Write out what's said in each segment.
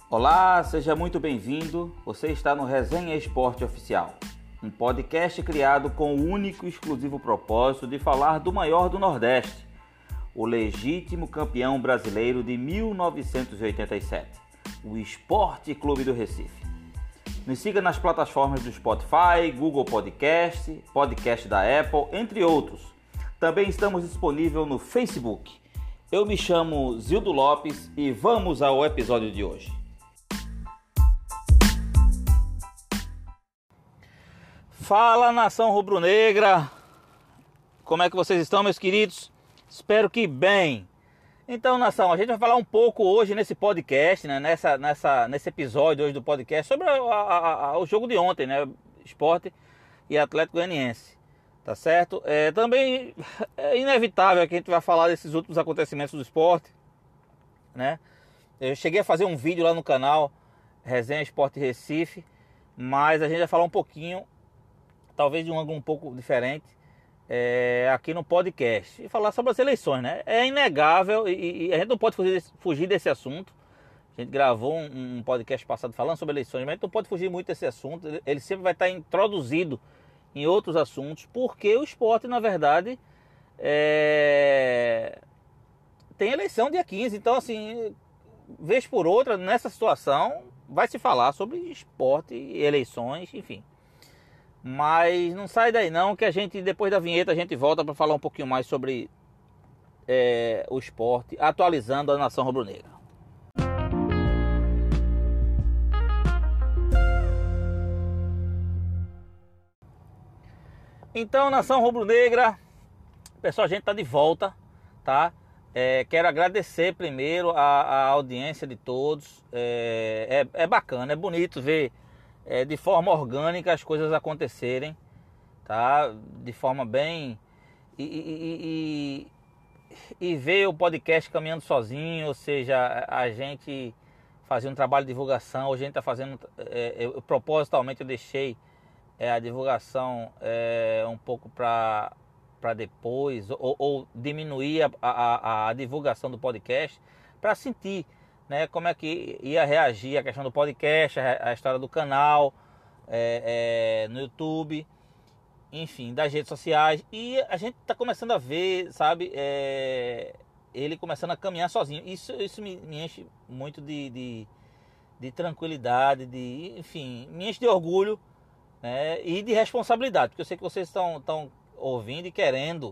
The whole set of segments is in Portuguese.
Olá, seja muito bem-vindo. Você está no Resenha Esporte Oficial, um podcast criado com o único e exclusivo propósito de falar do maior do Nordeste, o legítimo campeão brasileiro de 1987, o Esporte Clube do Recife. Nos siga nas plataformas do Spotify, Google Podcast, Podcast da Apple, entre outros. Também estamos disponíveis no Facebook. Eu me chamo Zildo Lopes e vamos ao episódio de hoje. Fala, nação rubro-negra! Como é que vocês estão, meus queridos? Espero que bem. Então, nação, a gente vai falar um pouco hoje nesse podcast, né? Nesse episódio hoje do podcast sobre o jogo de ontem, né? Sport e Atlético Goianiense, tá certo? Também é inevitável que a gente vai falar desses últimos acontecimentos do esporte, né? Eu cheguei a fazer um vídeo lá no canal Resenha Esporte Recife, mas a gente vai falar um pouquinho, talvez de um ângulo um pouco diferente, aqui no podcast, e falar sobre as eleições, né? É inegável e a gente não pode fugir desse assunto. A gente gravou um podcast passado falando sobre eleições, mas a gente não pode fugir muito desse assunto. Ele sempre vai estar introduzido em outros assuntos, porque o esporte, na verdade, tem eleição dia 15. Então, assim, vez por outra, nessa situação, vai se falar sobre esporte, eleições, enfim. Mas não sai daí não, que a gente, depois da vinheta, a gente volta para falar um pouquinho mais sobre o esporte, atualizando a nação rubro-negra. Então, nação rubro-negra, pessoal, a gente tá de volta, tá? Quero agradecer primeiro a audiência de todos. É bacana, é bonito ver de forma orgânica as coisas acontecerem, tá? De forma bem... E ver o podcast caminhando sozinho, ou seja, a gente fazer um trabalho de divulgação. Hoje a gente está fazendo... propositalmente eu deixei a divulgação um pouco para depois, ou diminuir a divulgação do podcast, para sentir, né, como é que ia reagir a questão do podcast, a história do canal, no YouTube, enfim, das redes sociais. E a gente está começando a ver, sabe, ele começando a caminhar sozinho. Isso me enche muito de tranquilidade, enfim, me enche de orgulho, né, e de responsabilidade, porque eu sei que vocês estão ouvindo e querendo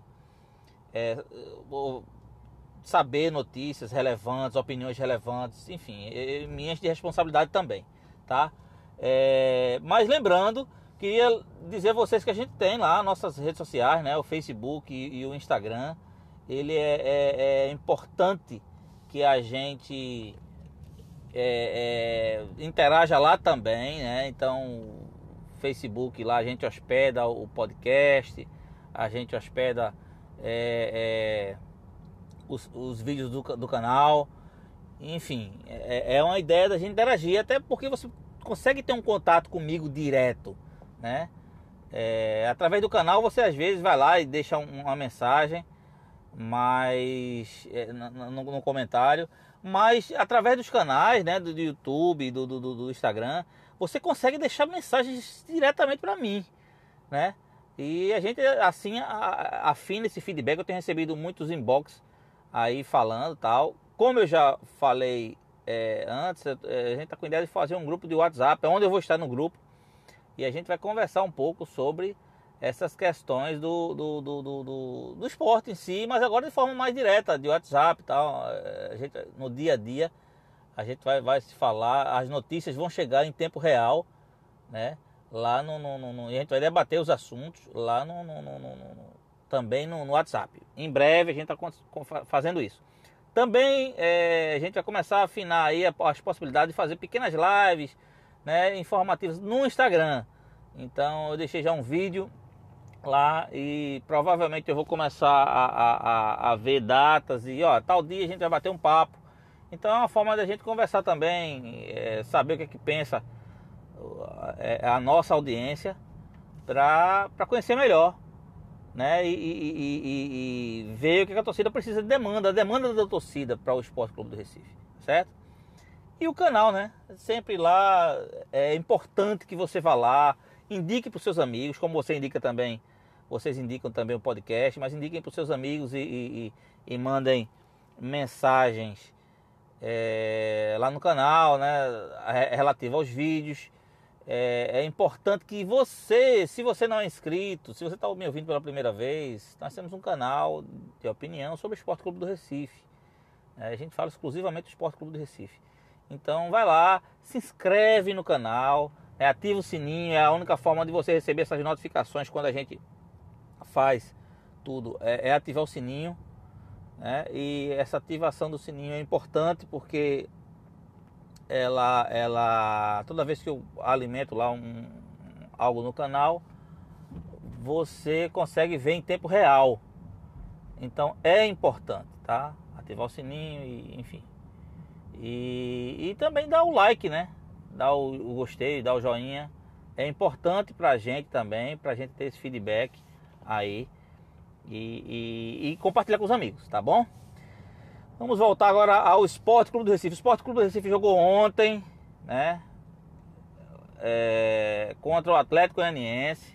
saber notícias relevantes, opiniões relevantes, enfim, me enche de responsabilidade também, tá? Mas lembrando, queria dizer a vocês que a gente tem lá nossas redes sociais, né? O Facebook e o Instagram. Ele é importante que a gente interaja lá também, né? Então, Facebook, lá a gente hospeda o podcast, a gente hospeda os vídeos do canal, enfim, é uma ideia da gente interagir, até porque você consegue ter um contato comigo direto, né? Através do canal você às vezes vai lá e deixa uma mensagem, mas no comentário, mas através dos canais, né, do YouTube, do Instagram, você consegue deixar mensagens diretamente para mim, né? E a gente assim afina esse feedback. Eu tenho recebido muitos inbox aí falando tal. Como eu já falei antes, a gente tá com a ideia de fazer um grupo de WhatsApp, onde eu vou estar no grupo, e a gente vai conversar um pouco sobre essas questões do esporte em si, mas agora de forma mais direta, de WhatsApp e tal. A gente, no dia a dia, a gente vai se falar, as notícias vão chegar em tempo real, né? Lá e a gente vai debater os assuntos lá também no WhatsApp. Em breve a gente está fazendo isso. Também a gente vai começar a afinar aí as possibilidades de fazer pequenas lives, né, informativas no Instagram. Então eu deixei já um vídeo lá e provavelmente eu vou começar a ver datas e tal dia a gente vai bater um papo. Então é uma forma da gente conversar também, saber o que é que pensa a nossa audiência, para conhecer melhor, né? E ver o que a torcida precisa de demanda, a demanda da torcida para o Esporte Clube do Recife, certo? E o canal, né? Sempre lá, é importante que você vá lá, indique para os seus amigos, como você indica também, vocês indicam também o podcast, mas indiquem para os seus amigos e mandem mensagens lá no canal, né? Relativo aos vídeos. É importante que você, se você não é inscrito, se você está me ouvindo pela primeira vez, nós temos um canal de opinião sobre o Esporte Clube do Recife. A gente fala exclusivamente do Esporte Clube do Recife. Então vai lá, se inscreve no canal, ativa o sininho, é a única forma de você receber essas notificações quando a gente faz tudo, é ativar o sininho, né? E essa ativação do sininho é importante porque ela toda vez que eu alimento lá algo no canal, você consegue ver em tempo real. Então é importante, tá? Ativar o sininho e enfim. E também dá o like, né? Dá o gostei, dá o joinha. É importante pra gente também, pra gente ter esse feedback aí. E compartilhar com os amigos, tá bom? Vamos voltar agora ao Esporte Clube do Recife. O Esporte Clube do Recife jogou ontem, né? Contra o Atlético Goianiense.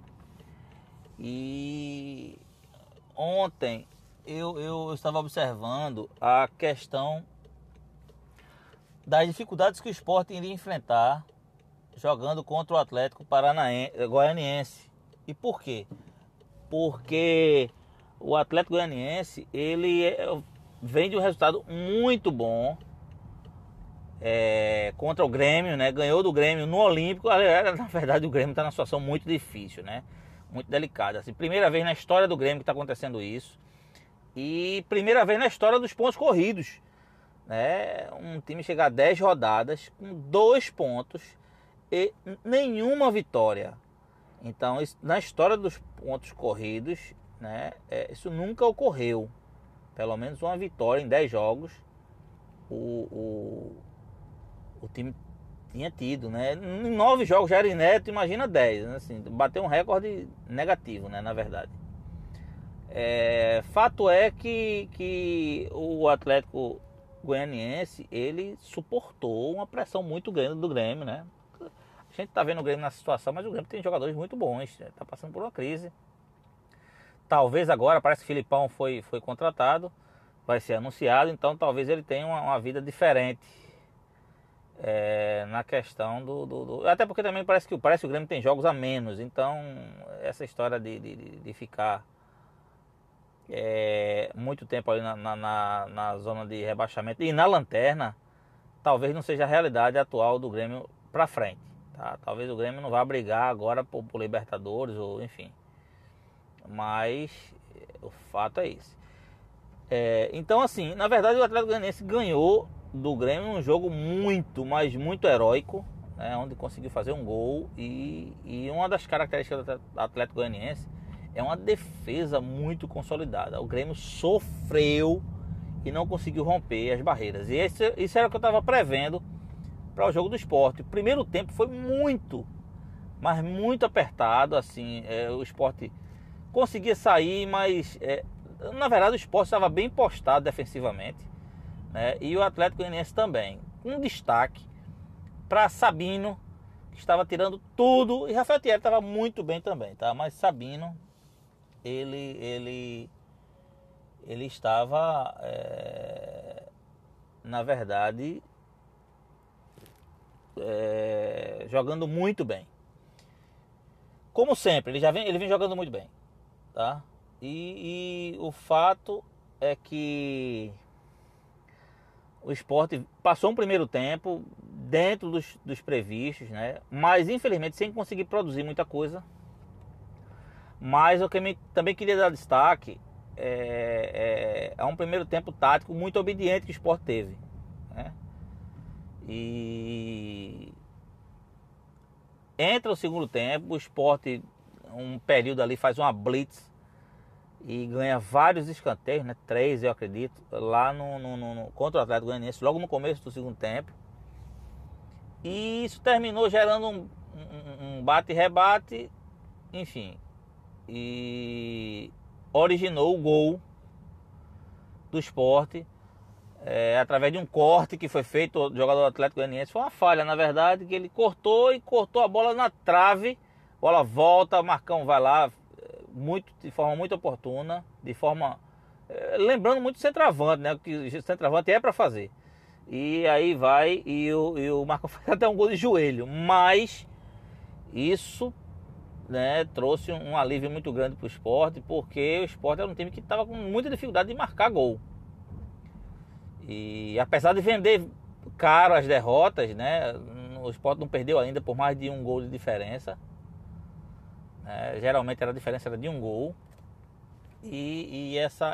E ontem eu estava observando a questão das dificuldades que o Sport iria enfrentar jogando contra o Atlético Goianiense. E por quê? Porque o Atlético Goianiense ele vem de um resultado muito bom contra o Grêmio, né? Ganhou do Grêmio no Olímpico. Na verdade, o Grêmio está numa situação muito difícil, né? Muito delicada. Assim, primeira vez na história do Grêmio que está acontecendo isso. E primeira vez na história dos pontos corridos, né? Um time chegar a 10 rodadas com 2 pontos e nenhuma vitória. Então, na história dos pontos corridos, né? Isso nunca ocorreu. Pelo menos uma vitória em 10 jogos o time tinha tido, né? Em 9 jogos já era inédito, imagina 10, né? Assim, bateu um recorde negativo, né? Na verdade. Fato é que o Atlético Goianiense ele suportou uma pressão muito grande do Grêmio, né? A gente tá vendo o Grêmio nessa situação, mas o Grêmio tem jogadores muito bons, tá passando por uma crise. Talvez agora, parece que o Filipão foi contratado, vai ser anunciado, então talvez ele tenha uma vida diferente na questão até porque também parece que o Grêmio tem jogos a menos, então essa história de ficar muito tempo ali na zona de rebaixamento e na lanterna, talvez não seja a realidade atual do Grêmio pra frente, tá? Talvez o Grêmio não vá brigar agora por Libertadores, ou enfim, mas o fato é esse. Então assim, na verdade o Atlético Goianiense ganhou do Grêmio um jogo muito, mas muito heróico, né, onde conseguiu fazer um gol e uma das características do Atlético Goianiense é uma defesa muito consolidada. O Grêmio sofreu e não conseguiu romper as barreiras. E isso era o que eu estava prevendo para o jogo do Sport. O primeiro tempo foi muito, mas muito apertado. Assim, o Sport conseguia sair, mas na verdade o Sport estava bem postado defensivamente, né? E o Atlético Goianiense também. Um destaque para Sabino, que estava tirando tudo, e Rafael Thierry estava muito bem também, tá? Mas Sabino ele estava na verdade jogando muito bem, como sempre. Ele vem jogando muito bem, tá? E o fato é que o Sport passou um primeiro tempo dentro dos previstos, né? Mas infelizmente sem conseguir produzir muita coisa. Mas eu também queria dar destaque a um primeiro tempo tático muito obediente que o Sport teve, né? E entra o segundo tempo, o Sport, um período ali, faz uma blitz e ganha vários escanteios, né? 3, eu acredito, lá contra o Atlético Goianiense, logo no começo do segundo tempo. E isso terminou gerando um bate-rebate, enfim, e originou o gol do Sport através de um corte que foi feito do jogador do Atlético Goianiense. Foi uma falha, na verdade, que ele cortou a bola na trave. A bola volta, o Marcão vai lá de forma muito oportuna, lembrando muito o centroavante, né? O que o centroavante é para fazer. E aí vai e o Marcão faz até um gol de joelho, mas isso, né, trouxe um alívio muito grande para o Sport, porque o Sport era um time que estava com muita dificuldade de marcar gol. E apesar de vender caro as derrotas, né, o Sport não perdeu ainda por mais de um gol de diferença. Geralmente a diferença era de um gol. E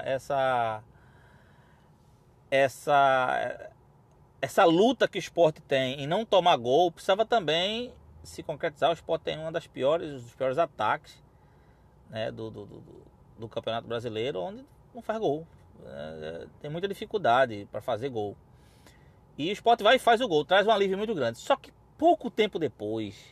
essa luta que o Sport tem em não tomar gol precisava também se concretizar. O Sport tem um dos piores ataques, né, do Campeonato Brasileiro, onde não faz gol. Tem muita dificuldade para fazer gol. E o Sport vai e faz o gol, traz um alívio muito grande. Só que pouco tempo depois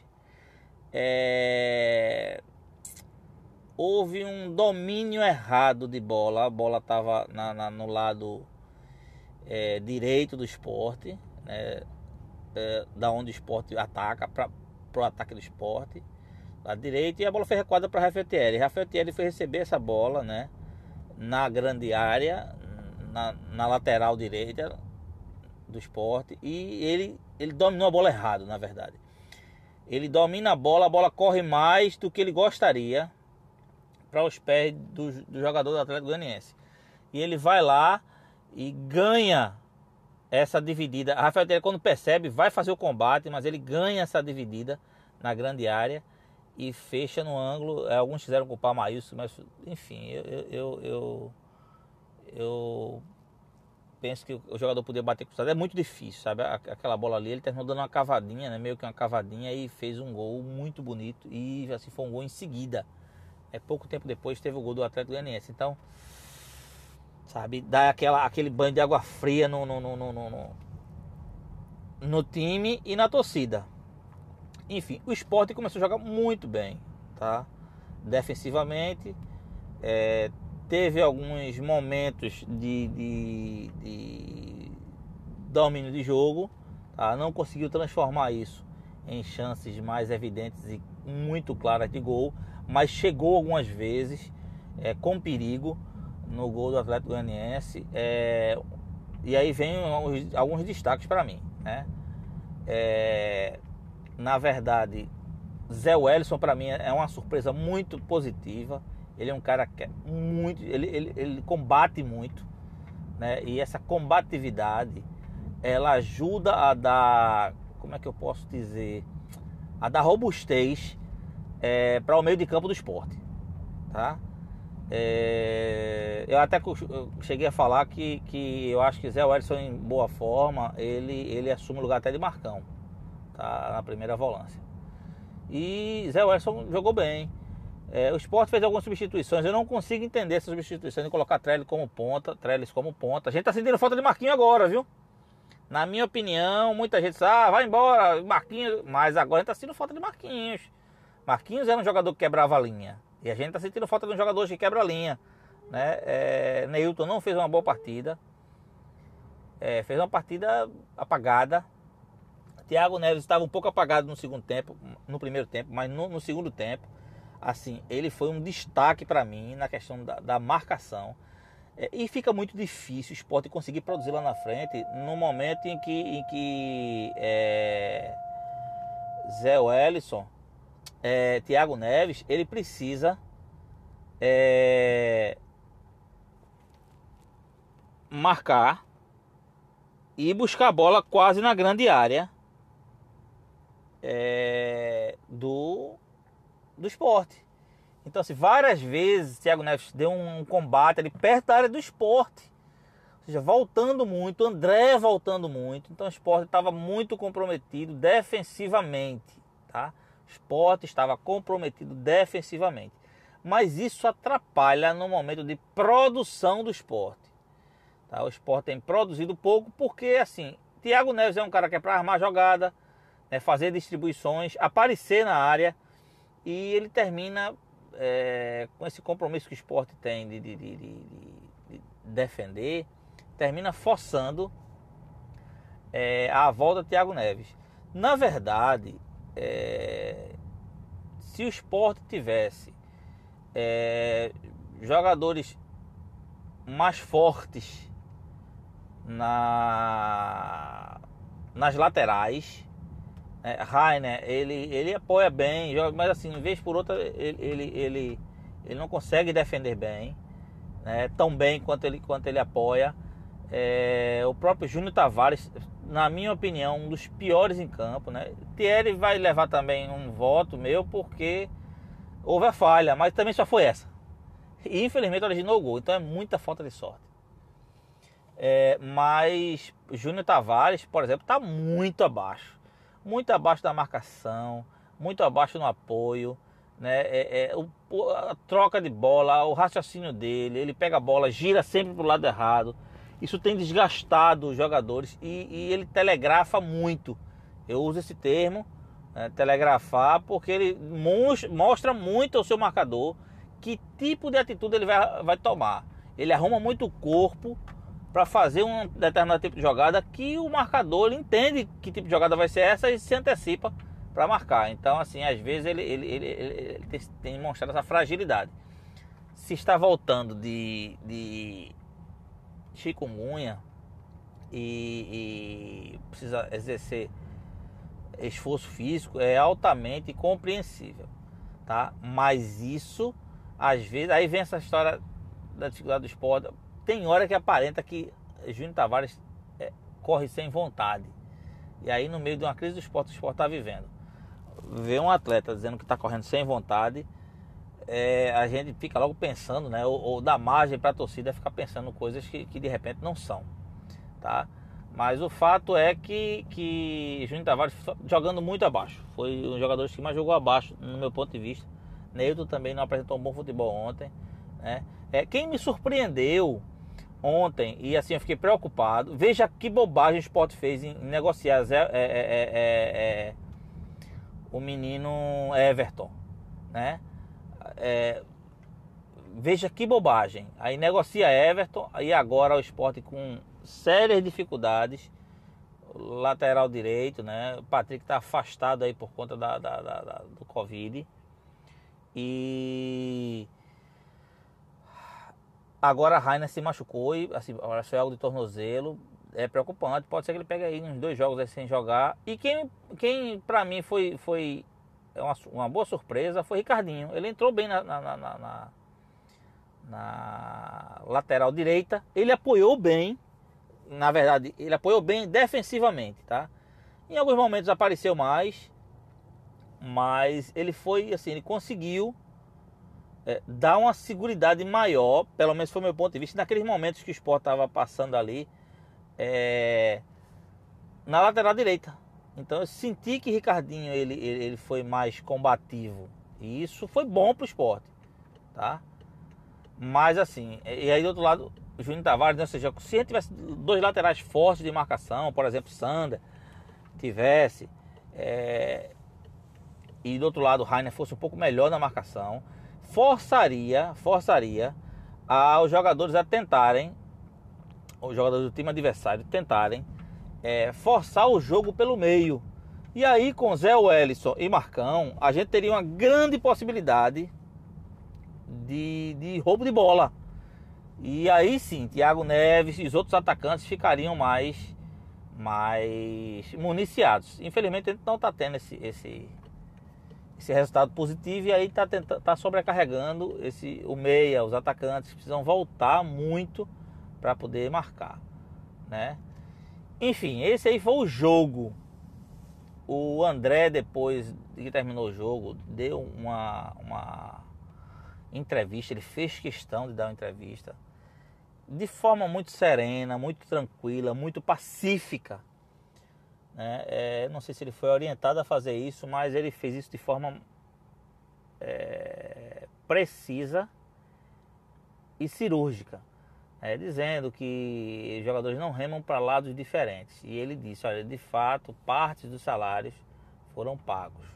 houve um domínio errado de bola. A bola estava no lado direito do Sport, né, da onde o Sport ataca, para o ataque do Sport, lado direito, e a bola foi recuada para Rafael Thierry. Rafael Thierry foi receber essa bola, né, na grande área, na lateral direita do Sport, e ele dominou a bola errado, na verdade. Ele domina a bola corre mais do que ele gostaria para os pés do jogador do Atlético Goianiense. E ele vai lá e ganha essa dividida. A Rafael Thierry, quando percebe, vai fazer o combate, mas ele ganha essa dividida na grande área e fecha no ângulo. Alguns quiseram culpar o Maílson, mas enfim, eu penso que o jogador poderia bater cruzado. É muito difícil, sabe? Aquela bola ali, ele terminou dando uma cavadinha, né? Meio que uma cavadinha, e fez um gol muito bonito. E assim, foi um gol em seguida. Pouco tempo depois teve o gol do Atlético Goianiense. Então, sabe, dá aquele banho de água fria no time e na torcida. Enfim, o Sport começou a jogar muito bem, tá? Defensivamente, teve alguns momentos de domínio de jogo, tá? Não conseguiu transformar isso em chances mais evidentes e muito claras de gol, mas chegou algumas vezes com perigo no gol do Atlético Goianiense. E aí vem alguns destaques para mim, né? Na verdade, Zé Wellison para mim é uma surpresa muito positiva. Ele é um cara que ele combate muito, né? E essa combatividade, ela ajuda a dar, como é que eu posso dizer, a dar robustez para o meio de campo do Sport, tá? Eu até cheguei a falar que eu acho que Zé Wellison, em boa forma, ele assume o lugar até de Marcão, tá? Na primeira volância. E Zé Wellison jogou bem. O Sport fez algumas substituições. Eu não consigo entender essas substituições de colocar Trellis como ponta. A gente tá sentindo falta de Marquinhos agora, viu? Na minha opinião, muita gente diz, vai embora, Marquinhos. Mas agora a gente tá sentindo falta de Marquinhos. Marquinhos era um jogador que quebrava a linha. E a gente tá sentindo falta de um jogador que quebra a linha, né? Neilton não fez uma boa partida. Fez uma partida apagada. Thiago Neves estava um pouco apagado no primeiro tempo, mas no segundo tempo, assim, ele foi um destaque para mim na questão da marcação. E fica muito difícil o Sport conseguir produzir lá na frente, no momento em que Zé Wellison, Thiago Neves, ele precisa marcar e buscar a bola quase na grande área do Sport. Então, assim, várias vezes Thiago Neves deu um combate ali perto da área do Sport, ou seja, voltando muito, André voltando muito. Então o Sport estava muito comprometido defensivamente, tá? O Sport estava comprometido defensivamente, mas isso atrapalha no momento de produção do Sport, tá? O Sport tem produzido pouco porque, assim, Thiago Neves é um cara que é para armar jogada, fazer distribuições, aparecer na área, e ele termina com esse compromisso que o Sport tem de defender, termina forçando a volta de Thiago Neves. Na verdade, se o Sport tivesse jogadores mais fortes nas laterais, Rainer, ele apoia bem, mas assim, vez por outra ele não consegue defender bem, né, tão bem quanto ele apoia. O próprio Júnior Tavares, na minha opinião, um dos piores em campo, né? Thierry vai levar também um voto meu, porque houve a falha, mas também só foi essa. E infelizmente originou o gol, então é muita falta de sorte. Mas Júnior Tavares, por exemplo, está muito abaixo da marcação, muito abaixo no apoio, né? A troca de bola, o raciocínio dele, ele pega a bola, gira sempre para o lado errado. Isso tem desgastado os jogadores e ele telegrafa muito. Eu uso esse termo, telegrafar, porque ele mostra muito ao seu marcador que tipo de atitude ele vai tomar. Ele arruma muito o corpo para fazer um determinado tipo de jogada que o marcador ele entende que tipo de jogada vai ser essa e se antecipa para marcar. Então, assim, às vezes ele tem mostrado essa fragilidade. Se está voltando de chikungunya e precisa exercer esforço físico, é altamente compreensível, tá? Mas isso, às vezes, aí vem essa história da dificuldade do Sport. Tem hora que aparenta que Júnior Tavares corre sem vontade, e aí no meio de uma crise do Sport, o Sport está vivendo, ver um atleta dizendo que está correndo sem vontade, a gente fica logo pensando, né, ou dá margem para a torcida ficar pensando coisas que de repente não são, tá? Mas o fato é que Júnior Tavares jogando muito abaixo, foi um dos jogadores que mais jogou abaixo no meu ponto de vista. Neilton também não apresentou um bom futebol ontem, né? Quem me surpreendeu ontem, e assim eu fiquei preocupado, veja que bobagem o Sport fez em negociar o menino Everton, né? Veja que bobagem. Aí negocia Everton, e agora o Sport com sérias dificuldades, lateral direito, né? O Patrick está afastado aí por conta do Covid, e agora a Rainer se machucou e assim, agora foi algo de tornozelo. É preocupante, pode ser que ele pegue aí uns 2 jogos aí sem jogar. E quem para mim foi uma boa surpresa foi Ricardinho. Ele entrou bem na lateral direita, ele apoiou bem, na verdade ele apoiou bem defensivamente, tá? Em alguns momentos apareceu mais, mas ele foi assim, ele conseguiu dar uma seguridade maior, pelo menos foi o meu ponto de vista, naqueles momentos que o Sport estava passando ali na lateral direita. Então eu senti que Ricardinho ele foi mais combativo, e isso foi bom pro Sport, tá? Mas assim, e aí do outro lado, o Júnior Tavares, né? Ou seja, se a gente tivesse 2 laterais fortes de marcação, por exemplo, Sander tivesse, e do outro lado o Rainer fosse um pouco melhor na marcação, forçaria aos jogadores a tentarem, os jogadores do time adversário tentarem forçar o jogo pelo meio. E aí com Zé Wellison e Marcão, a gente teria uma grande possibilidade de roubo de bola. E aí sim, Thiago Neves e os outros atacantes ficariam mais municiados. Infelizmente a gente não está tendo esse resultado positivo, e aí tá sobrecarregando o meia, os atacantes precisam voltar muito para poder marcar, né? Enfim, esse aí foi o jogo. O André, depois que terminou o jogo, deu uma entrevista. Ele fez questão de dar uma entrevista de forma muito serena, muito tranquila, muito pacífica, né? Não sei se ele foi orientado a fazer isso, mas ele fez isso de forma precisa e cirúrgica, dizendo que os jogadores não remam para lados diferentes. E ele disse: olha, de fato, parte dos salários foram pagos,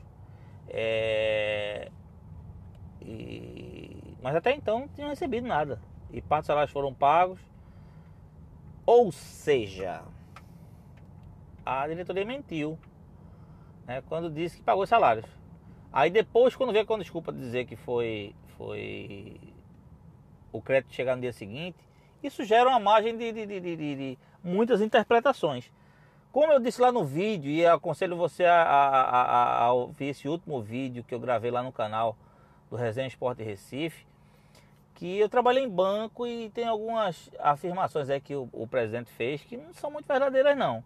mas até então não tinham recebido nada, e parte dos salários foram pagos. Ou seja, a diretoria mentiu, né, quando disse que pagou os salários. Aí depois, quando veio com desculpa de dizer que foi o crédito chegar no dia seguinte, isso gera uma margem de muitas interpretações. Como eu disse lá no vídeo, e eu aconselho você a ouvir esse último vídeo que eu gravei lá no canal do Resenha Esporte Recife, que eu trabalhei em banco e tem algumas afirmações aí que o presidente fez que não são muito verdadeiras não.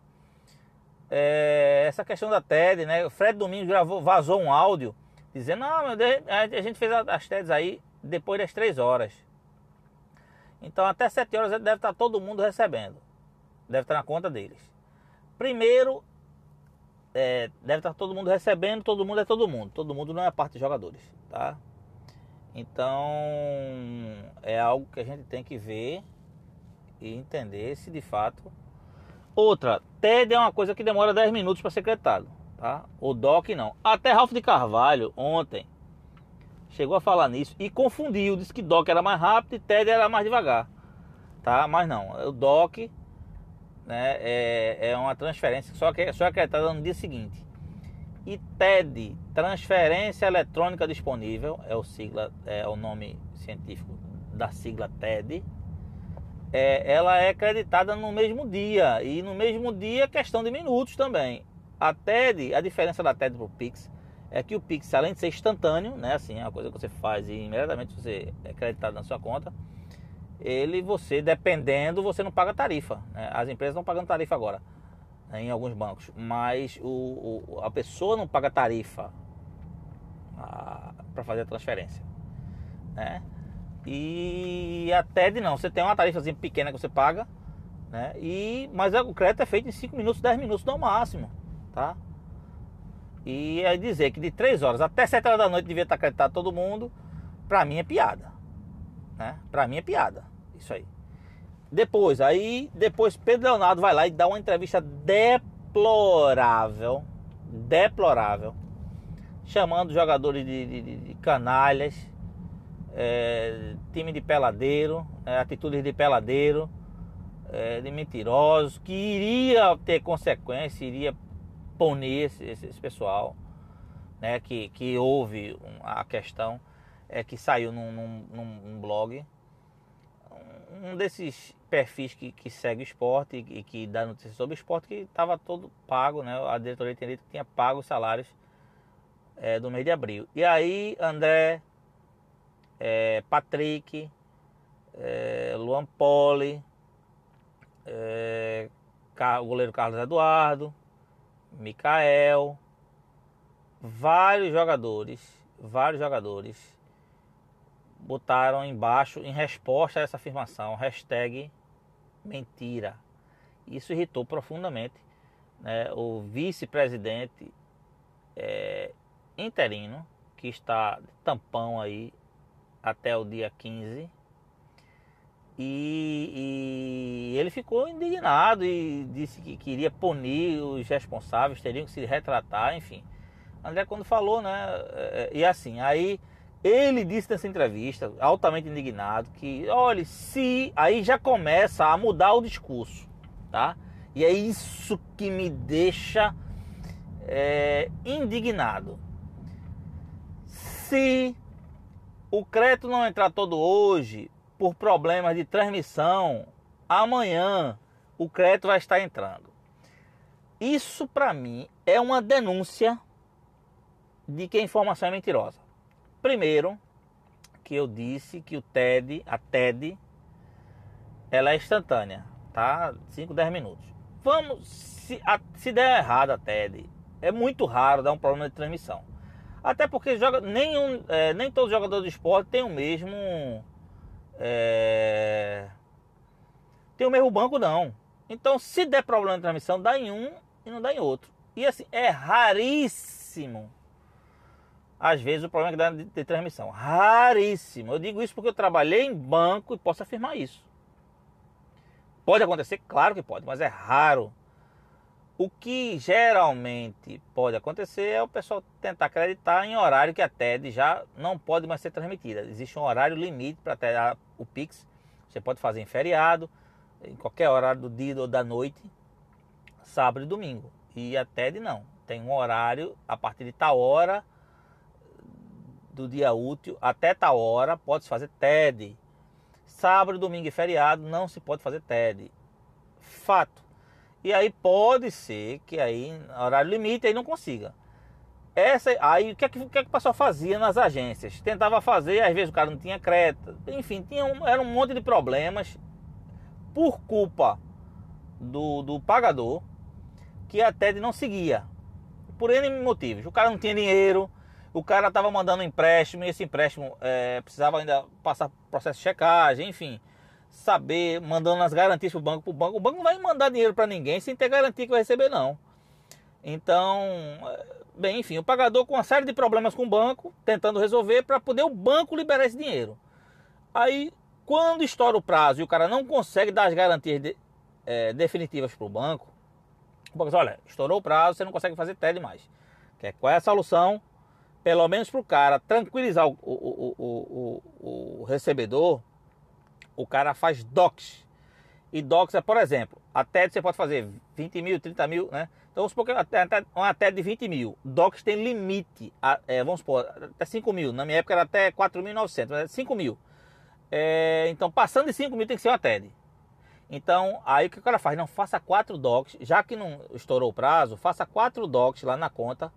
Essa questão da TED, né? O Fred Domingos vazou um áudio dizendo, não, meu Deus, a gente fez as TEDs aí depois das 3 horas. Então até 7 horas deve estar todo mundo recebendo. Deve estar na conta deles. Primeiro, deve estar todo mundo recebendo, todo mundo é todo mundo. Todo mundo não é parte de jogadores, tá? Então, é algo que a gente tem que ver e entender se de fato... Outra, TED é uma coisa que demora 10 minutos para ser creditado, tá? O DOC não. Até Ralf de Carvalho, ontem, chegou a falar nisso e confundiu. Disse que DOC era mais rápido e TED era mais devagar, tá? Mas não, o DOC, né, é uma transferência só é acreditada no dia seguinte. E TED, transferência eletrônica disponível, é o nome científico da sigla TED, ela é acreditada no mesmo dia, e no mesmo dia questão de minutos também. A TED, a diferença da TED para o Pix é que o Pix, além de ser instantâneo, né, assim, é uma coisa que você faz e imediatamente você é creditado na sua conta, dependendo, você não paga tarifa, né? As empresas não pagam tarifa agora, né, em alguns bancos, mas a pessoa não paga tarifa para fazer a transferência, né? E a TED não, você tem uma tarifazinha pequena que você paga, né? Mas o crédito é feito em 5 minutos, 10 minutos no máximo, tá? E aí dizer que de 3 horas até 7 horas da noite devia estar acreditado todo mundo, pra mim é piada, né? Pra mim é piada, isso aí. Depois Pedro Leonardo vai lá e dá uma entrevista deplorável, chamando jogadores de canalhas, time de peladeiro, atitudes de peladeiro, de mentirosos, que iria ter consequência, iria punir esse pessoal, né, que houve a questão, que saiu num blog, um desses perfis que segue o esporte e que dá notícias sobre o esporte, que estava todo pago, né, a diretoria tinha dito que tinha pago os salários do mês de abril. E aí André, Patrick, Luan Poli, o goleiro Carlos Eduardo, Mikael, vários jogadores botaram embaixo, em resposta a essa afirmação, hashtag mentira. Isso irritou profundamente, né, o vice-presidente interino, que está de tampão aí até o dia 15, e ele ficou indignado e disse que queria punir os responsáveis, teriam que se retratar, enfim. André, quando falou, né, e assim, aí ele disse nessa entrevista, altamente indignado, que, olha, aí já começa a mudar o discurso, tá? E é isso que me deixa indignado. Se o crédito não entrar todo hoje, por problemas de transmissão, amanhã o crédito vai estar entrando. Isso para mim é uma denúncia de que a informação é mentirosa. Primeiro, que eu disse que a TED, ela é instantânea, tá? 5, 10 minutos. Se der errado a TED, é muito raro dar um problema de transmissão. Até porque nem todos os jogadores de esporte têm o mesmo banco, não. Então, se der problema de transmissão, dá em um e não dá em outro. E assim, é raríssimo, às vezes, o problema é que dá de transmissão. Raríssimo. Eu digo isso porque eu trabalhei em banco e posso afirmar isso. Pode acontecer? Claro que pode, mas é raro. O que geralmente pode acontecer é o pessoal tentar acreditar em horário que a TED já não pode mais ser transmitida. Existe um horário limite para o Pix. Você pode fazer em feriado, em qualquer horário do dia ou da noite, sábado e domingo. E a TED não, tem um horário a partir de tal hora do dia útil até tal hora pode-se fazer TED. Sábado, domingo e feriado não se pode fazer TED. Fato. E aí pode ser que aí, horário limite, aí não consiga. Aí o que é que o pessoal fazia nas agências? Tentava fazer, às vezes o cara não tinha crédito. Enfim, era um monte de problemas por culpa do pagador, que a TED não seguia. Por N motivos. O cara não tinha dinheiro, o cara estava mandando um empréstimo, e esse empréstimo precisava ainda passar processo de checagem, enfim. Saber, mandando as garantias para o banco. O banco não vai mandar dinheiro para ninguém sem ter garantia que vai receber, não. Então, bem, enfim, o pagador com uma série de problemas com o banco, tentando resolver para poder o banco liberar esse dinheiro. Aí, quando estoura o prazo e o cara não consegue dar as garantias definitivas para o banco diz, olha, estourou o prazo, você não consegue fazer TED mais. Qual é a solução? Pelo menos para o cara tranquilizar o recebedor, o cara faz DOCs. E DOCs é, por exemplo, a TED você pode fazer 20 mil, 30 mil, né? Então vamos supor que uma TED de 20 mil. DOCs tem limite, vamos supor, até 5 mil. Na minha época era até 4.900, mas é 5 mil. Então passando de 5 mil tem que ser uma TED. Então aí o que o cara faz? Não, faça 4 DOCs, já que não estourou o prazo, faça 4 DOCs lá na conta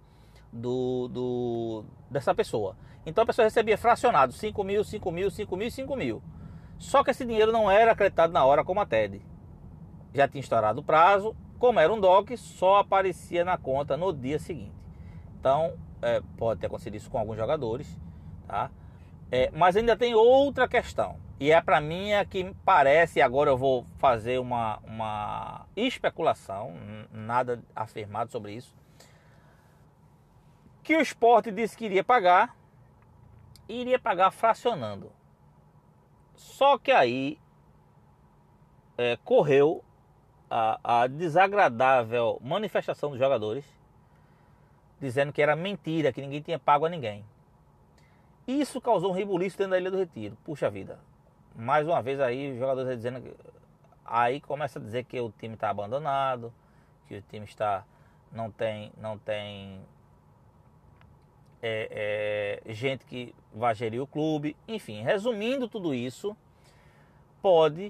dessa pessoa. Então a pessoa recebia fracionado 5 mil, 5 mil, 5 mil e 5 mil. Só que esse dinheiro não era acreditado na hora como a TED. Já tinha estourado o prazo, como era um DOC, só aparecia na conta no dia seguinte. Então, pode ter acontecido isso com alguns jogadores, tá? Mas ainda tem outra questão. E para mim é que parece, agora eu vou fazer uma especulação, nada afirmado sobre isso, que o Sport disse que iria pagar, e iria pagar fracionando. Só que aí correu a desagradável manifestação dos jogadores, dizendo que era mentira, que ninguém tinha pago a ninguém. Isso causou um rebuliço dentro da Ilha do Retiro. Puxa vida. Mais uma vez aí os jogadores dizendo que... Aí começa a dizer que o time está abandonado, que o time não tem gente que vai gerir o clube. Enfim, resumindo tudo isso, pode...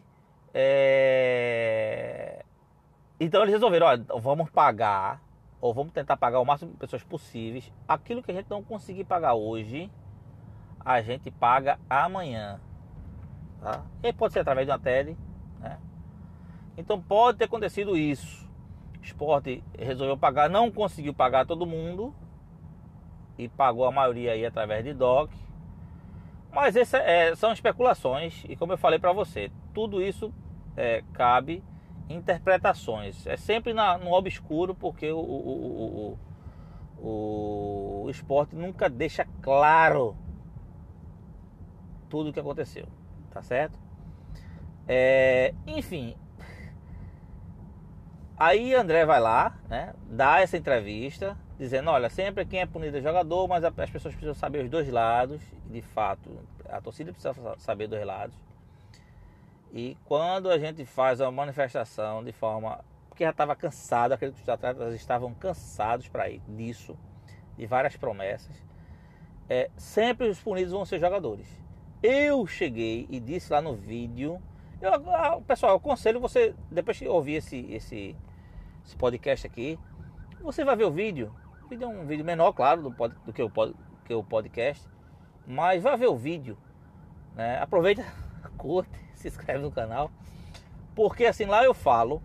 Então eles resolveram, olha, vamos pagar, ou vamos tentar pagar o máximo de pessoas possíveis. Aquilo que a gente não conseguir pagar hoje, a gente paga amanhã. Tá? E aí pode ser através de uma TED, né? Então pode ter acontecido isso. O Sport resolveu pagar, não conseguiu pagar todo mundo e pagou a maioria aí através de DOC. Mas são especulações e, como eu falei para você, tudo isso cabe interpretações. É sempre no obscuro, porque o Sport nunca deixa claro tudo o que aconteceu, tá certo? Enfim, aí André vai lá, né, dá essa entrevista dizendo, olha, sempre quem é punido é jogador, mas as pessoas precisam saber os dois lados. De fato, a torcida precisa saber dos lados. E quando a gente faz uma manifestação de forma... Porque já estava cansado, acredito que os atletas estavam cansados disso, de várias promessas. Sempre os punidos vão ser jogadores. Eu cheguei e disse lá no vídeo... pessoal, eu aconselho você, depois que ouvir esse podcast aqui, você vai ver o vídeo. O vídeo é um vídeo menor, claro, do que o podcast. Mas vai ver o vídeo, né? Aproveita, curte, se inscreve no canal. Porque assim, lá eu falo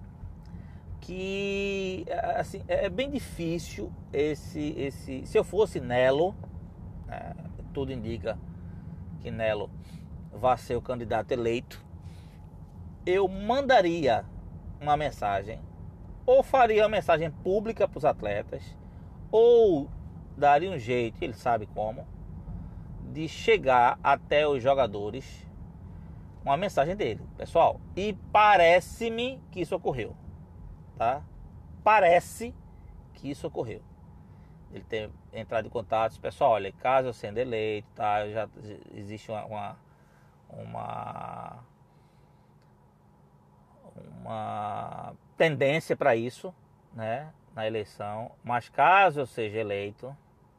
que assim, é bem difícil se eu fosse Nelo, tudo indica que Nelo vai ser o candidato eleito, eu mandaria uma mensagem, ou faria uma mensagem pública para os atletas, ou daria um jeito, ele sabe como, de chegar até os jogadores uma mensagem dele, pessoal. E parece-me que isso ocorreu, tá? Parece que isso ocorreu. Ele tem entrado em contato, pessoal, olha, caso eu sendo eleito, tá? Já existe uma tendência para isso, né, na eleição. Mas caso eu seja eleito,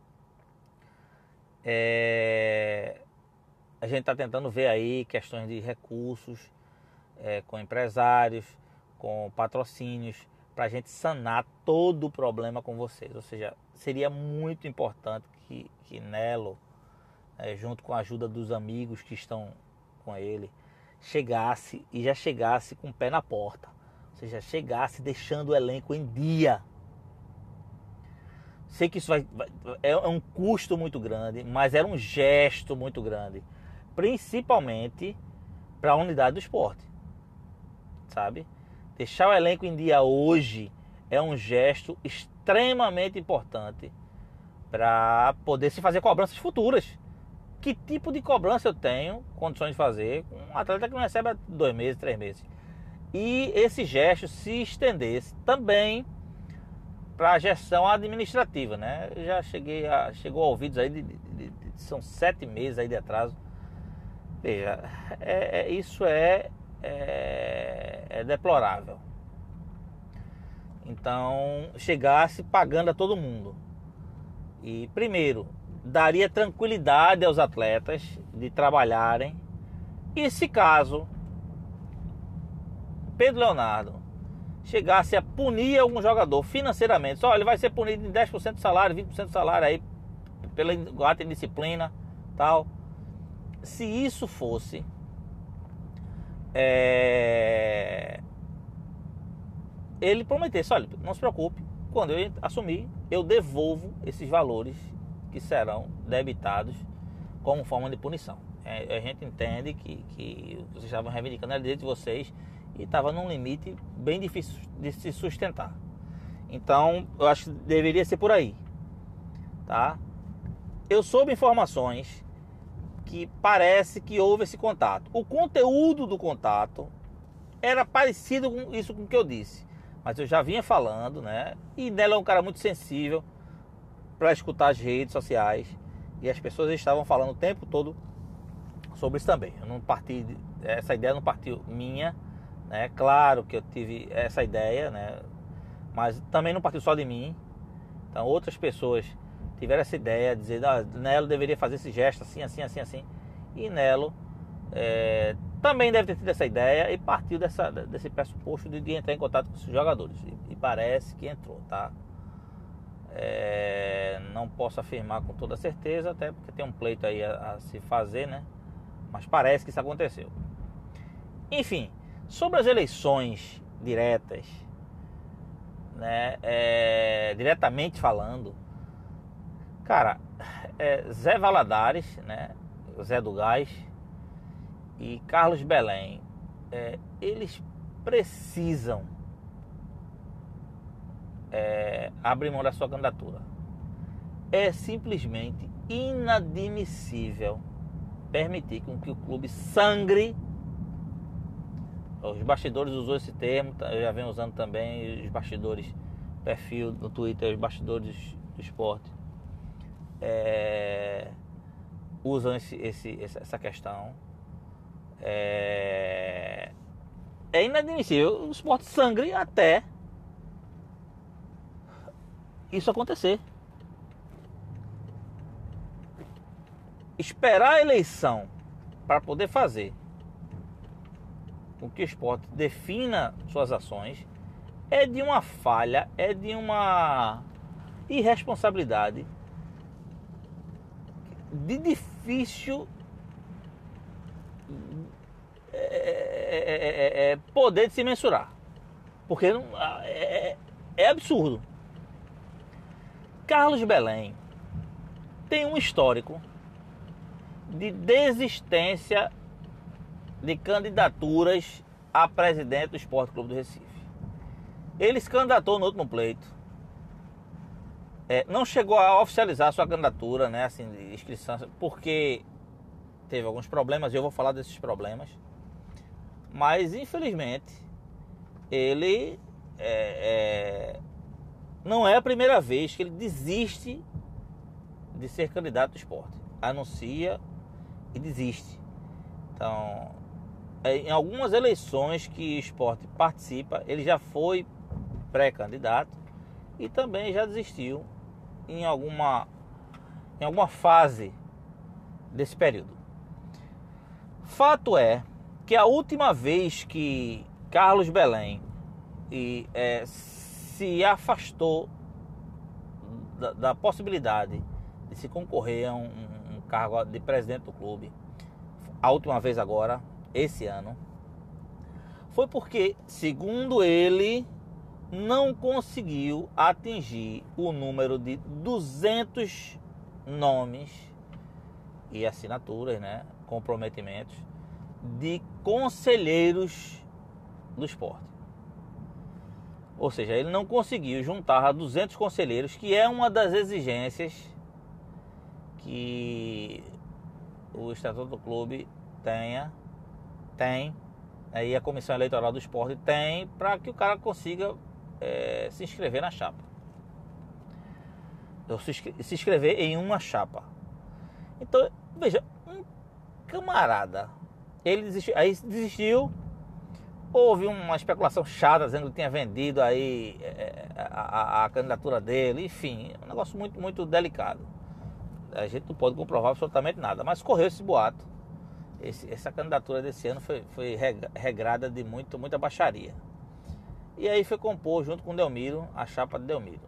a gente está tentando ver aí questões de recursos com empresários, com patrocínios, para a gente sanar todo o problema com vocês. Ou seja, seria muito importante que Nelo, junto com a ajuda dos amigos que estão com ele, chegasse e já chegasse com o pé na porta. Ou seja, chegasse deixando o elenco em dia. Sei que isso é um custo muito grande, mas era um gesto muito grande. Principalmente para a unidade do esporte. Sabe? Deixar o elenco em dia hoje é um gesto extremamente importante para poder se fazer cobranças futuras. Que tipo de cobrança eu tenho condições de fazer com um atleta que não recebe há 2 meses, 3 meses? E esse gesto se estendesse também para a gestão administrativa, né? Eu já chegou a ouvidos aí são 7 meses aí de atraso. Veja, isso é deplorável. Então, chegasse pagando a todo mundo. E primeiro, daria tranquilidade aos atletas de trabalharem. E se caso Pedro Leonardo chegasse a punir algum jogador financeiramente, só ele vai ser punido em 10% do salário, 20% do salário aí pela ato de disciplina, tal. Se isso fosse ele prometesse, olha, não se preocupe, quando eu assumir, eu devolvo esses valores que serão debitados como forma de punição. A gente entende que vocês estavam reivindicando a direito de vocês e estava num limite bem difícil de se sustentar. Então, eu acho que deveria ser por aí, tá? Eu soube informações que parece que houve esse contato. O conteúdo do contato era parecido com isso com o que eu disse, mas eu já vinha falando, né? E Nelo é um cara muito sensível para escutar as redes sociais e as pessoas estavam falando o tempo todo sobre isso também. Eu não parti, essa ideia não partiu minha, né? Claro que eu tive essa ideia, né? Mas também não partiu só de mim. Então outras pessoas tiveram essa ideia, dizer, Nelo deveria fazer esse gesto assim, assim, assim, assim. E Nelo também deve ter tido essa ideia e partiu desse pressuposto de entrar em contato com os jogadores. E parece que entrou, tá? Não posso afirmar com toda certeza, até porque tem um pleito aí a se fazer, né? Mas parece que isso aconteceu. Enfim, sobre as eleições diretas, né? Diretamente falando, cara, Zé Valadares, né? Zé do Gás e Carlos Belém, eles precisam abrir mão da sua candidatura. É simplesmente inadmissível permitir com que o clube sangre. Os bastidores usou esse termo, eu já venho usando também, os bastidores, perfil no Twitter, os bastidores do esporte usam essa questão. É inadmissível o esporte sangre até isso acontecer. Esperar a eleição para poder fazer com que o esporte defina suas ações é de uma falha, é de uma irresponsabilidade de difícil poder de se mensurar, porque é absurdo. Carlos Belém tem um histórico de desistência de candidaturas a presidente do Esporte Clube do Recife. Ele se candidatou no último pleito, não chegou a oficializar sua candidatura, né, assim, de inscrição, porque teve alguns problemas, e eu vou falar desses problemas, mas infelizmente ele não é a primeira vez que ele desiste de ser candidato do esporte. Anuncia e desiste. Então, em algumas eleições que o esporte participa, ele já foi pré-candidato e também já desistiu em alguma fase desse período. Fato é que a última vez que Carlos Belém se afastou da possibilidade de se concorrer a um cargo de presidente do clube, a última vez agora, esse ano, foi porque, segundo ele, não conseguiu atingir o número de 200 nomes e assinaturas, né, comprometimentos de conselheiros do esporte. Ou seja, ele não conseguiu juntar a 200 conselheiros, que é uma das exigências que o Estatuto do Clube tem, aí a Comissão Eleitoral do Esporte tem, para que o cara consiga se inscrever na chapa. Ou se inscrever em uma chapa. Então, veja, um camarada, ele desistiu. Houve uma especulação chata dizendo que tinha vendido aí a candidatura dele. Enfim, um negócio muito, muito delicado. A gente não pode comprovar absolutamente nada, mas correu esse boato. Essa candidatura desse ano foi regrada de muita baixaria. E aí foi compor junto com Delmiro, a chapa de Delmiro.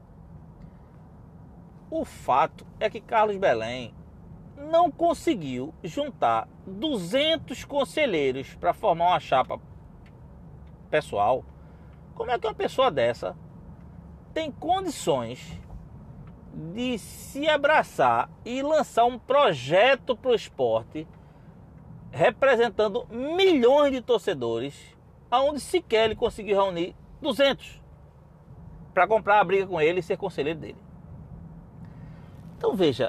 O fato é que Carlos Belém não conseguiu juntar 200 conselheiros para formar uma chapa pessoal. Como é que uma pessoa dessa tem condições de se abraçar e lançar um projeto para o esporte representando milhões de torcedores, aonde sequer ele conseguiu reunir 200 para comprar a briga com ele e ser conselheiro dele? Então veja,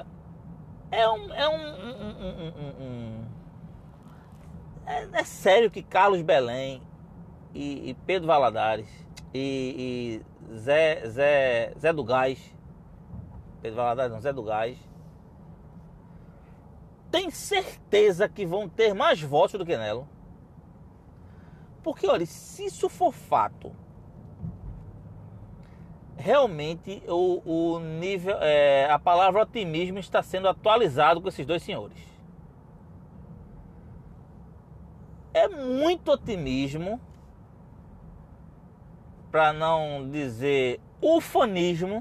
é sério que Carlos Belém e Pedro Valadares e Zé do Gás, Pedro Valadares não, Zé do Gás, tem certeza que vão ter mais votos do que Nelo? Porque, olha, se isso for fato, realmente o nível, a palavra otimismo está sendo atualizado com esses dois senhores. É muito otimismo, para não dizer ufanismo,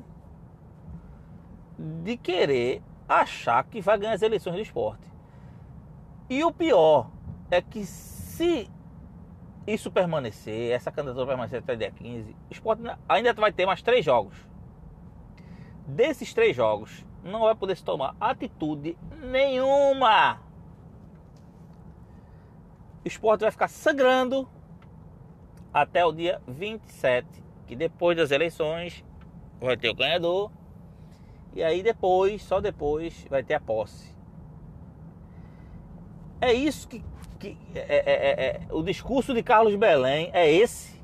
de querer achar que vai ganhar as eleições do esporte. E o pior é que, se isso permanecer, essa candidatura permanecer até dia 15, o esporte ainda vai ter mais 3 jogos. Desses 3 jogos, não vai poder se tomar atitude nenhuma. O esporte vai ficar sangrando até o dia 27, que depois das eleições vai ter o ganhador. E aí depois, só depois, vai ter a posse. É isso que o discurso de Carlos Belém é esse.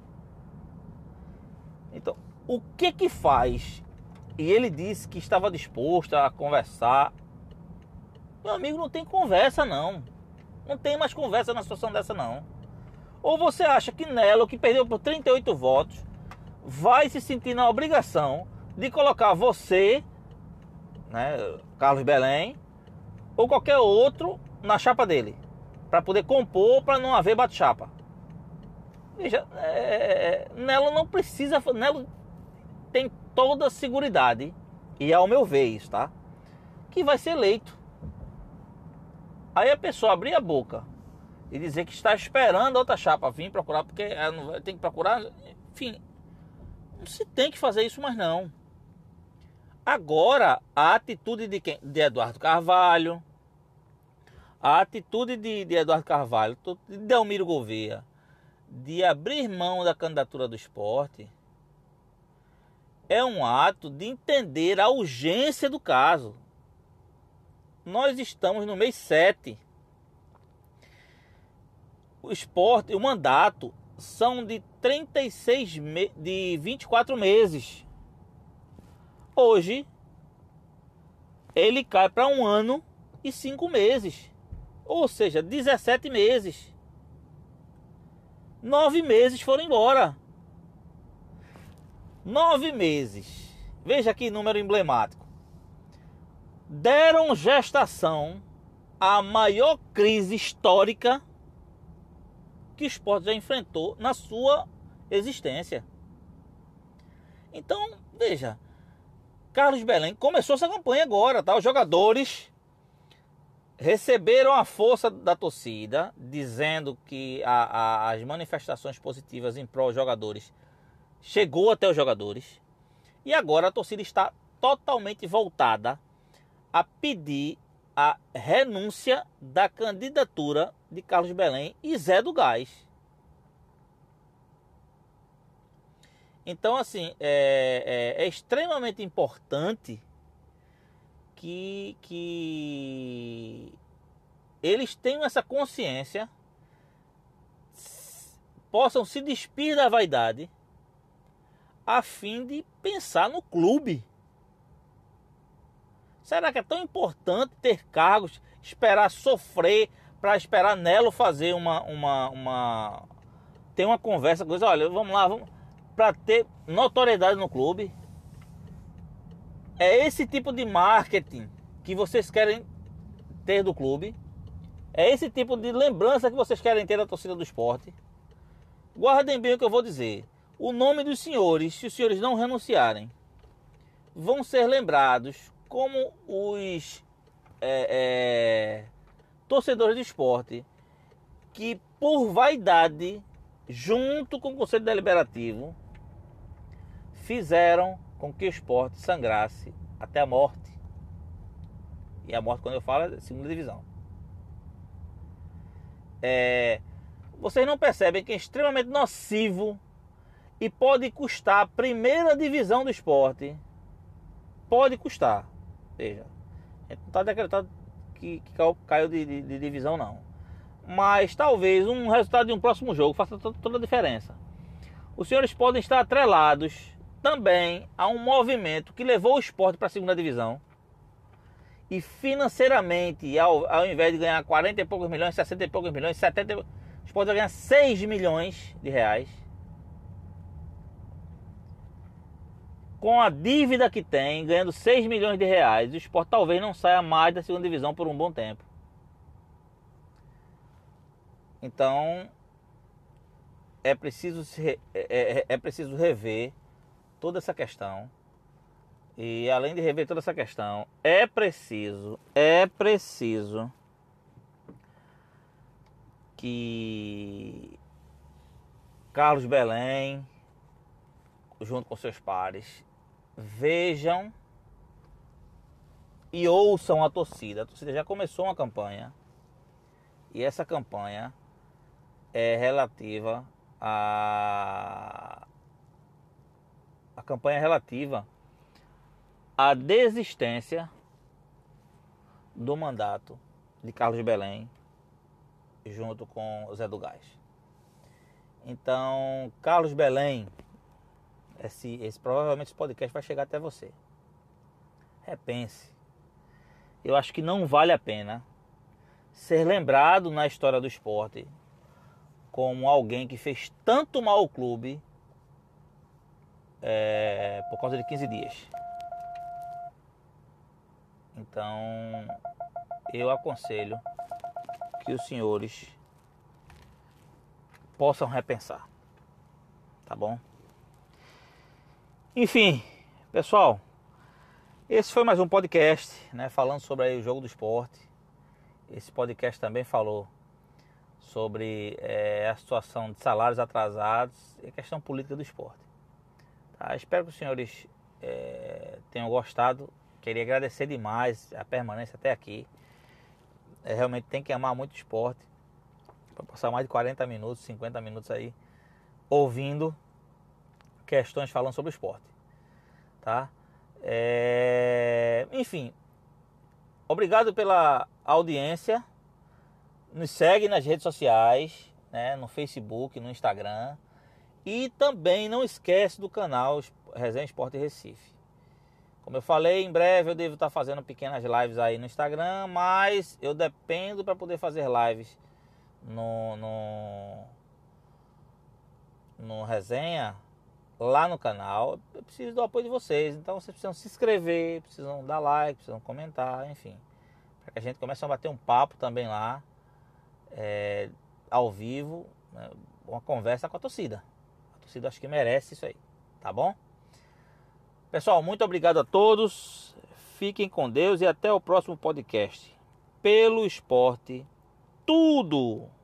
Então, o que faz? E ele disse que estava disposto a conversar. Meu amigo, não tem conversa não. Não tem mais conversa na situação dessa não. Ou você acha que Nelo, que perdeu por 38 votos, vai se sentir na obrigação de colocar você, né, Carlos Belém, ou qualquer outro na chapa dele, para poder compor, para não haver bate-chapa? Veja, Nelo não precisa, Nelo tem toda a seguridade, e ao meu ver isso, tá? Que vai ser eleito. Aí a pessoa abrir a boca e dizer que está esperando a outra chapa vir procurar, porque ela não vai, tem que procurar, enfim, não se tem que fazer isso mais não. Agora, a atitude de Eduardo Carvalho, a atitude de Eduardo Carvalho, de Delmiro Gouveia, de abrir mão da candidatura do esporte, é um ato de entender a urgência do caso. Nós estamos no mês 7. O esporte, o mandato são de 24 meses. Hoje, ele cai para 1 ano e 5 meses. Ou seja, 17 meses. 9 meses foram embora. 9 meses. Veja que número emblemático. Deram gestação à maior crise histórica que o esporte já enfrentou na sua existência. Então, veja, Carlos Belém começou essa campanha agora, tá? Os jogadores receberam a força da torcida, dizendo que as manifestações positivas em prol dos jogadores chegou até os jogadores. E agora a torcida está totalmente voltada a pedir a renúncia da candidatura de Carlos Belém e Zé do Gás. Então, assim, é extremamente importante que eles tenham essa consciência, possam se despir da vaidade, a fim de pensar no clube. Será que é tão importante ter cargos, esperar sofrer, para esperar Nelo fazer ter uma conversa com eles? Olha, vamos lá, para ter notoriedade no clube? É esse tipo de marketing que vocês querem ter do clube? É esse tipo de lembrança que vocês querem ter da torcida do esporte? Guardem bem o que eu vou dizer. O nome dos senhores, se os senhores não renunciarem, vão ser lembrados como os torcedores de esporte que, por vaidade, junto com o Conselho Deliberativo, fizeram com que o esporte sangrasse até a morte. E a morte, quando eu falo, é segunda divisão. Vocês não percebem que é extremamente nocivo e pode custar a primeira divisão do esporte. Pode custar. Veja, não está decretado que caiu de divisão, não. Mas talvez um resultado de um próximo jogo faça toda a diferença. Os senhores podem estar atrelados também a um movimento que levou o esporte para a segunda divisão. E financeiramente, ao invés de ganhar 40 e poucos milhões, 60 e poucos milhões, 70, o esporte vai ganhar 6 milhões de reais. Com a dívida que tem, ganhando 6 milhões de reais, o esporte talvez não saia mais da segunda divisão por um bom tempo. Então, é preciso rever toda essa questão. E além de rever toda essa questão, é preciso que Carlos Belém, junto com seus pares, vejam e ouçam a torcida. A torcida já começou uma campanha, e essa campanha é relativa à desistência do mandato de Carlos Belém junto com Zé do Gás. Então, Carlos Belém, provavelmente esse podcast vai chegar até você. Repense. Eu acho que não vale a pena ser lembrado na história do esporte como alguém que fez tanto mal ao clube por causa de 15 dias. Então, eu aconselho que os senhores possam repensar. Tá bom? Enfim, pessoal, esse foi mais um podcast, né, falando sobre aí o jogo do esporte. Esse podcast também falou sobre a situação de salários atrasados e a questão política do esporte. Tá? Espero que os senhores tenham gostado. Queria agradecer demais a permanência até aqui. Realmente tem que amar muito o esporte para passar mais de 40 minutos, 50 minutos aí ouvindo questões falando sobre o esporte, tá? Enfim, obrigado pela audiência. Nos segue nas redes sociais, né? No Facebook, no Instagram, e também não esquece do canal Resenha Esporte Recife. Como eu falei, em breve eu devo estar fazendo pequenas lives aí no Instagram, mas eu dependo para poder fazer lives resenha lá no canal, eu preciso do apoio de vocês. Então vocês precisam se inscrever, precisam dar like, precisam comentar, enfim, para que a gente comece a bater um papo também lá, ao vivo, né, uma conversa com a torcida. A torcida acho que merece isso aí, tá bom? Pessoal, muito obrigado a todos. Fiquem com Deus e até o próximo podcast. Pelo esporte, tudo!